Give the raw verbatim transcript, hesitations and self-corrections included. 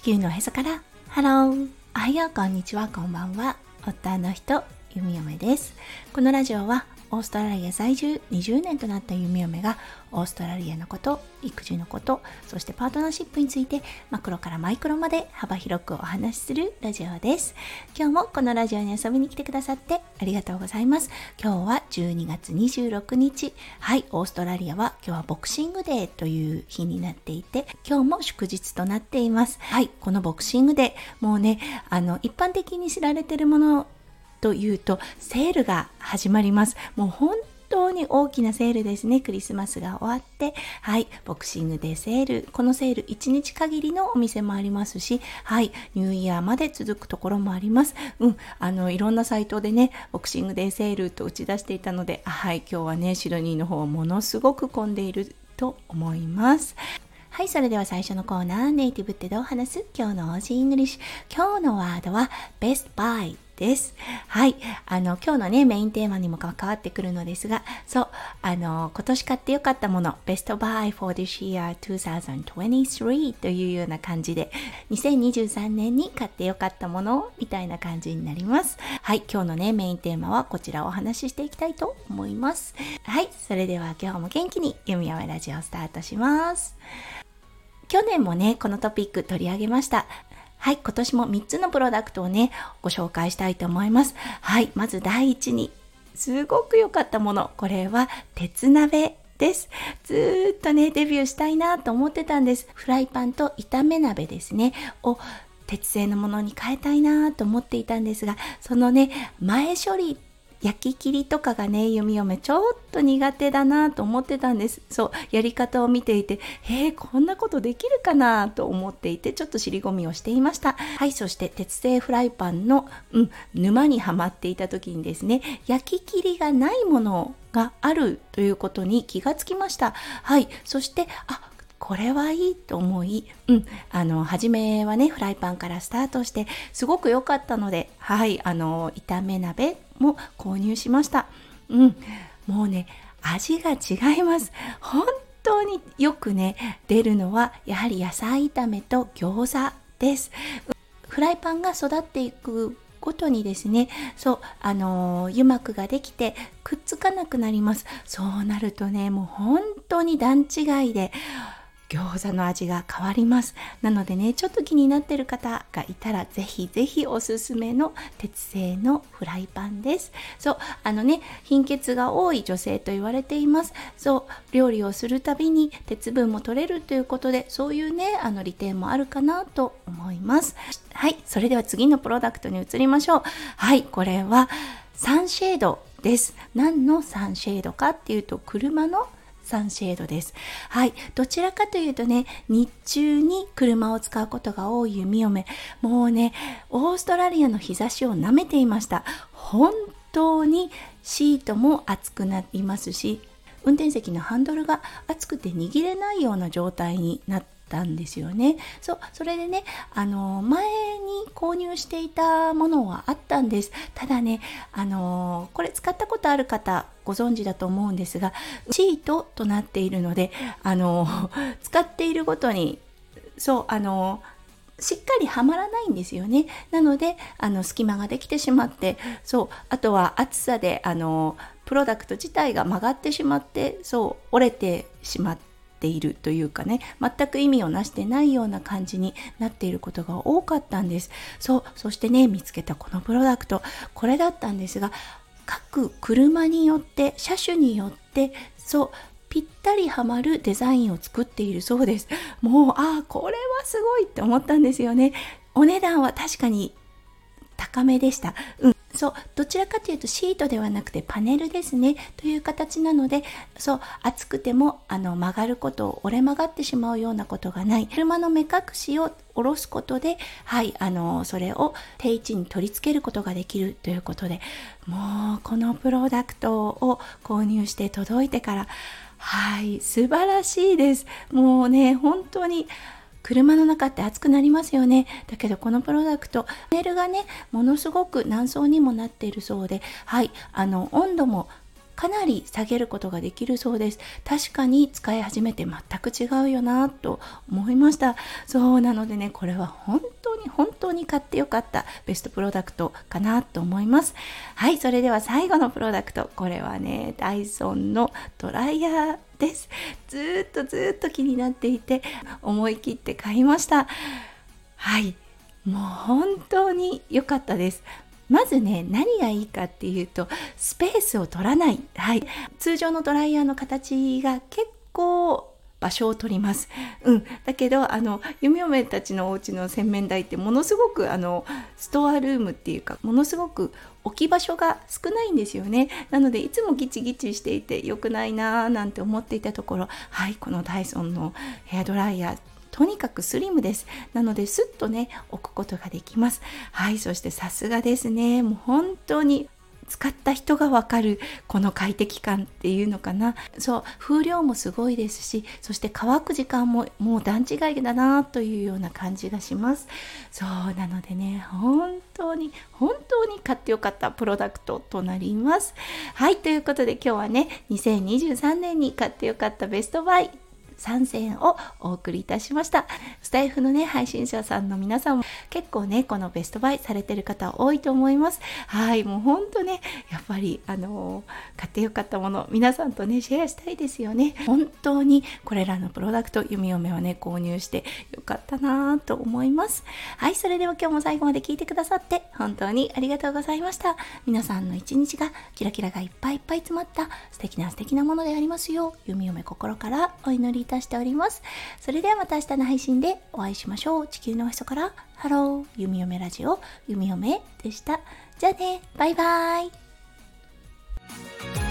球のへそからハロー、おはよう、こんにちは、こんばんは。夫の人、ゆみおめです。このラジオはオーストラリア在住にじゅうねんとなったゆみおめがオーストラリアのこと、育児のこと、そしてパートナーシップについてマクロからマイクロまで幅広くお話しするラジオです。今日もこのラジオに遊びに来てくださってありがとうございます。今日はじゅうにがつにじゅうろくにち、はい、オーストラリアは今日はボクシングデーという日になっていて、今日も祝日となっています。はい、このボクシングデー、もうね、あの一般的に知られているものというとセールが始まります。もう本当に大きなセールですね。クリスマスが終わって、はい、ボクシングデーセール、このセールいちにち限りのお店もありますし、はい、ニューイヤーまで続くところもあります。うん、あのいろんなサイトでね、ボクシングデーセールと打ち出していたので、はい、今日はね、シドニーの方ものすごく混んでいると思います。はい、それでは最初のコーナー、ネイティブってどう話す？今日の オージー イングリッシュ。今日のワードは Best Buy です。はい、あの今日のねメインテーマにも関わってくるのですが、そう、あの今年買ってよかったもの Best Buy for this year twenty twenty-three というような感じで、にせんにじゅうさんねんに買ってよかったものみたいな感じになります。はい、今日のねメインテーマはこちらをお話ししていきたいと思います。はい、それでは今日も元気にゆみやめラジオをスタートします。去年もねこのトピック取り上げました。はい、今年もみっつのプロダクトをねご紹介したいと思います。はい、まず第一にすごく良かったもの、これは鉄鍋です。ずーっとねデビューしたいなと思ってたんです。フライパンと炒め鍋ですねを鉄製のものに変えたいなと思っていたんですが、そのね前処理焼き切りとかがね、ゆみよめちょっと苦手だなと思ってたんです。そう、やり方を見ていて、へー、こんなことできるかなと思っていて、ちょっと尻込みをしていました。はい、そして鉄製フライパンの、うん、沼にはまっていた時にですね、焼き切りがないものがあるということに気がつきました。はい、そして、あ、これはいいと思い、うん、あの初めはねフライパンからスタートしてすごく良かったので、はい、あの炒め鍋も購入しました。うん、もうね味が違います。本当によくね出るのはやはり野菜炒めと餃子です。フライパンが育っていくごとにですね、そうあの油膜ができてくっつかなくなります。そうなるとねもう本当に段違いで餃子の味が変わります。なのでね、ちょっと気になっている方がいたらぜひぜひおすすめの鉄製のフライパンです。そう、あのね、貧血が多い女性と言われています。そう、料理をするたびに鉄分も取れるということで、そういうね、あの利点もあるかなと思います。はい、それでは次のプロダクトに移りましょう。はい、これはサンシェードです。何のサンシェードかっていうと、車のサンシェードです。はい、どちらかというとね、日中に車を使うことが多いゆみおめ、もうね、オーストラリアの日差しを舐めていました。本当にシートも熱くなりますし、運転席のハンドルが熱くて握れないような状態になってたんですよね。そう、それでね、あの前に購入していたものはあったんです。ただね、あのこれ使ったことある方ご存知だと思うんですが、シートとなっているので、あの使っているごとにそうあのしっかりはまらないんですよね。なのであの隙間ができてしまって、そうあとは暑さであのプロダクト自体が曲がってしまって、そう折れてしまってているというかね、全く意味をなしてないような感じになっていることが多かったんです。そう、そしてね見つけたこのプロダクト、これだったんですが、各車によって車種によってそうぴったりはまるデザインを作っているそうです。もうああこれはすごいって思ったんですよね。お値段は確かに高めでした。うん、そう、どちらかというとシートではなくてパネルですねという形なので、そう厚くてもあの曲がることを折れ曲がってしまうようなことがない。車の目隠しを下ろすことで、はいあのそれを定位置に取り付けることができるということで、もうこのプロダクトを購入して届いてから、はい素晴らしいです。もうね本当に車の中って暑くなりますよね。だけどこのプロダクトパネルがねものすごく何層にもなっているそうで、はいあの温度もかなり下げることができるそうです。確かに使い始めて全く違うよなと思いました。そうなのでね、これは本当に本当に買ってよかったベストプロダクトかなと思います。はい、それでは最後のプロダクト、これはね、ダイソンのドライヤーです。ずーっとずーっと気になっていて思い切って買いました。はい、もう本当に良かったです。まずね、何がいいかっていうと、スペースを取らない。はい、通常のドライヤーの形が結構場所を取ります。うん、だけどあの弓嫁たちのお家の洗面台ってものすごくあのストアルームっていうか、ものすごく置き場所が少ないんですよね。なのでいつもギチギチしていて良くないなーなんて思っていたところ、はい、このダイソンのヘアドライヤーとにかくスリムです。なのでスッとね置くことができます。はい、そしてさすがですね。もう本当に使った人がわかるこの快適感っていうのかな。そう、風量もすごいですし、そして乾く時間ももう段違いだなというような感じがします。そうなのでね、本当に本当に買ってよかったプロダクトとなります。はい、ということで今日はね、にせんにじゅうさんねんに買ってよかったベストバイさんせんをお送りいたしました。スタイフのね配信者さんの皆さんも結構ねこのベストバイされてる方多いと思います。はい、もうほんとねやっぱりあのー、買ってよかったもの皆さんとねシェアしたいですよね。本当にこれらのプロダクト弓嫁をね購入してよかったなと思います。はい、それでは今日も最後まで聞いてくださって本当にありがとうございました。皆さんの一日がキラキラがいっぱいいっぱい詰まった素敵な素敵なものでありますよう弓嫁心からお祈りいたしております。それではまた明日の配信でお会いしましょう。地球のおへそからハロー、弓嫁ラジオ弓嫁でした。じゃあね、バイバイ。